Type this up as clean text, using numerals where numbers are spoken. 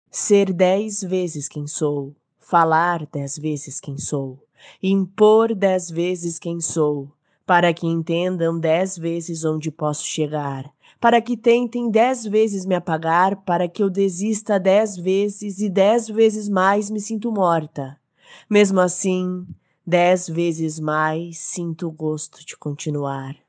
Ser 10 vezes quem sou, falar 10 vezes quem sou, impor 10 vezes quem sou, para que entendam 10 vezes onde posso chegar, para que tentem 10 vezes me apagar, para que eu desista 10 vezes e 10 vezes mais me sinto morta. Mesmo assim, 10 vezes mais sinto o gosto de continuar.